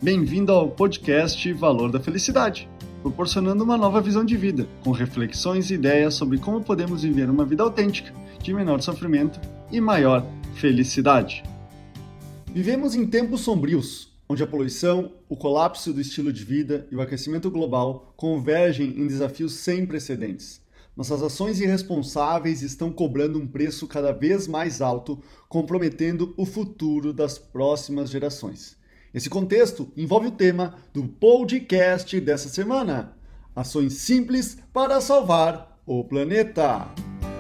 Bem-vindo ao podcast Valor da Felicidade, proporcionando uma nova visão de vida, com reflexões e ideias sobre como podemos viver uma vida autêntica, de menor sofrimento e maior felicidade. Vivemos em tempos sombrios, onde a poluição, o colapso do estilo de vida e o aquecimento global convergem em desafios sem precedentes. Nossas ações irresponsáveis estão cobrando um preço cada vez mais alto, comprometendo o futuro das próximas gerações. Esse contexto envolve o tema do podcast dessa semana: Ações simples para salvar o planeta.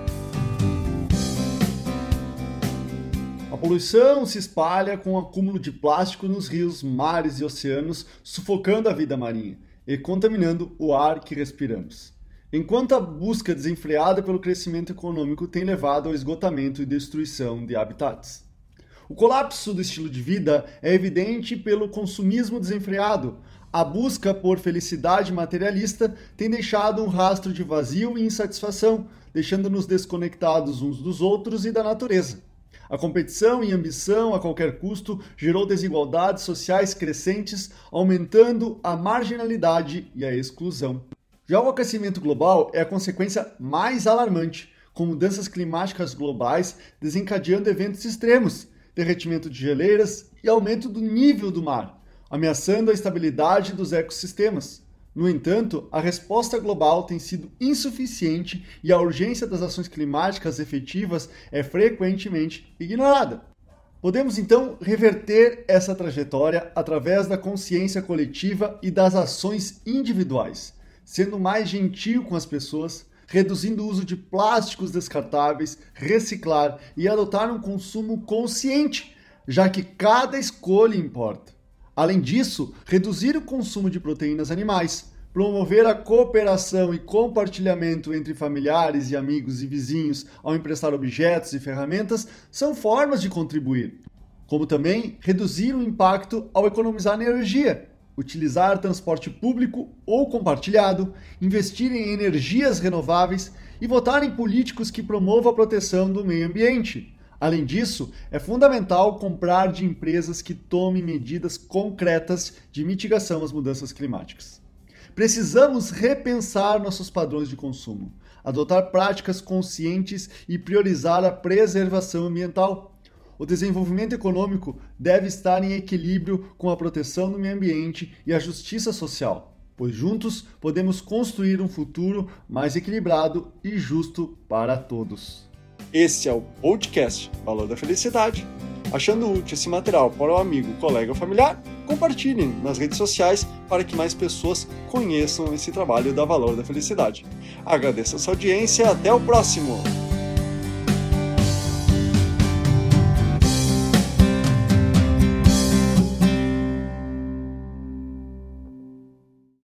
A poluição se espalha com o acúmulo de plástico nos rios, mares e oceanos, sufocando a vida marinha e contaminando o ar que respiramos. Enquanto a busca desenfreada pelo crescimento econômico tem levado ao esgotamento e destruição de habitats. O colapso do estilo de vida é evidente pelo consumismo desenfreado. A busca por felicidade materialista tem deixado um rastro de vazio e insatisfação, deixando-nos desconectados uns dos outros e da natureza. A competição e ambição a qualquer custo gerou desigualdades sociais crescentes, aumentando a marginalidade e a exclusão. Já o aquecimento global é a consequência mais alarmante, com mudanças climáticas globais desencadeando eventos extremos, derretimento de geleiras e aumento do nível do mar, ameaçando a estabilidade dos ecossistemas. No entanto, a resposta global tem sido insuficiente e a urgência das ações climáticas efetivas é frequentemente ignorada. Podemos então reverter essa trajetória através da consciência coletiva e das ações individuais, sendo mais gentil com as pessoas, reduzindo o uso de plásticos descartáveis, reciclar e adotar um consumo consciente, já que cada escolha importa. Além disso, reduzir o consumo de proteínas animais, promover a cooperação e compartilhamento entre familiares e amigos e vizinhos ao emprestar objetos e ferramentas são formas de contribuir, como também reduzir o impacto ao economizar energia, utilizar transporte público ou compartilhado, investir em energias renováveis e votar em políticos que promovam a proteção do meio ambiente. Além disso, é fundamental comprar de empresas que tomem medidas concretas de mitigação às mudanças climáticas. Precisamos repensar nossos padrões de consumo, adotar práticas conscientes e priorizar a preservação ambiental. O desenvolvimento econômico deve estar em equilíbrio com a proteção do meio ambiente e a justiça social, pois juntos podemos construir um futuro mais equilibrado e justo para todos. Esse é o podcast Valor da Felicidade. Achando útil esse material para o amigo, colega ou familiar, compartilhem nas redes sociais para que mais pessoas conheçam esse trabalho da Valor da Felicidade. Agradeço a sua audiência e até o próximo!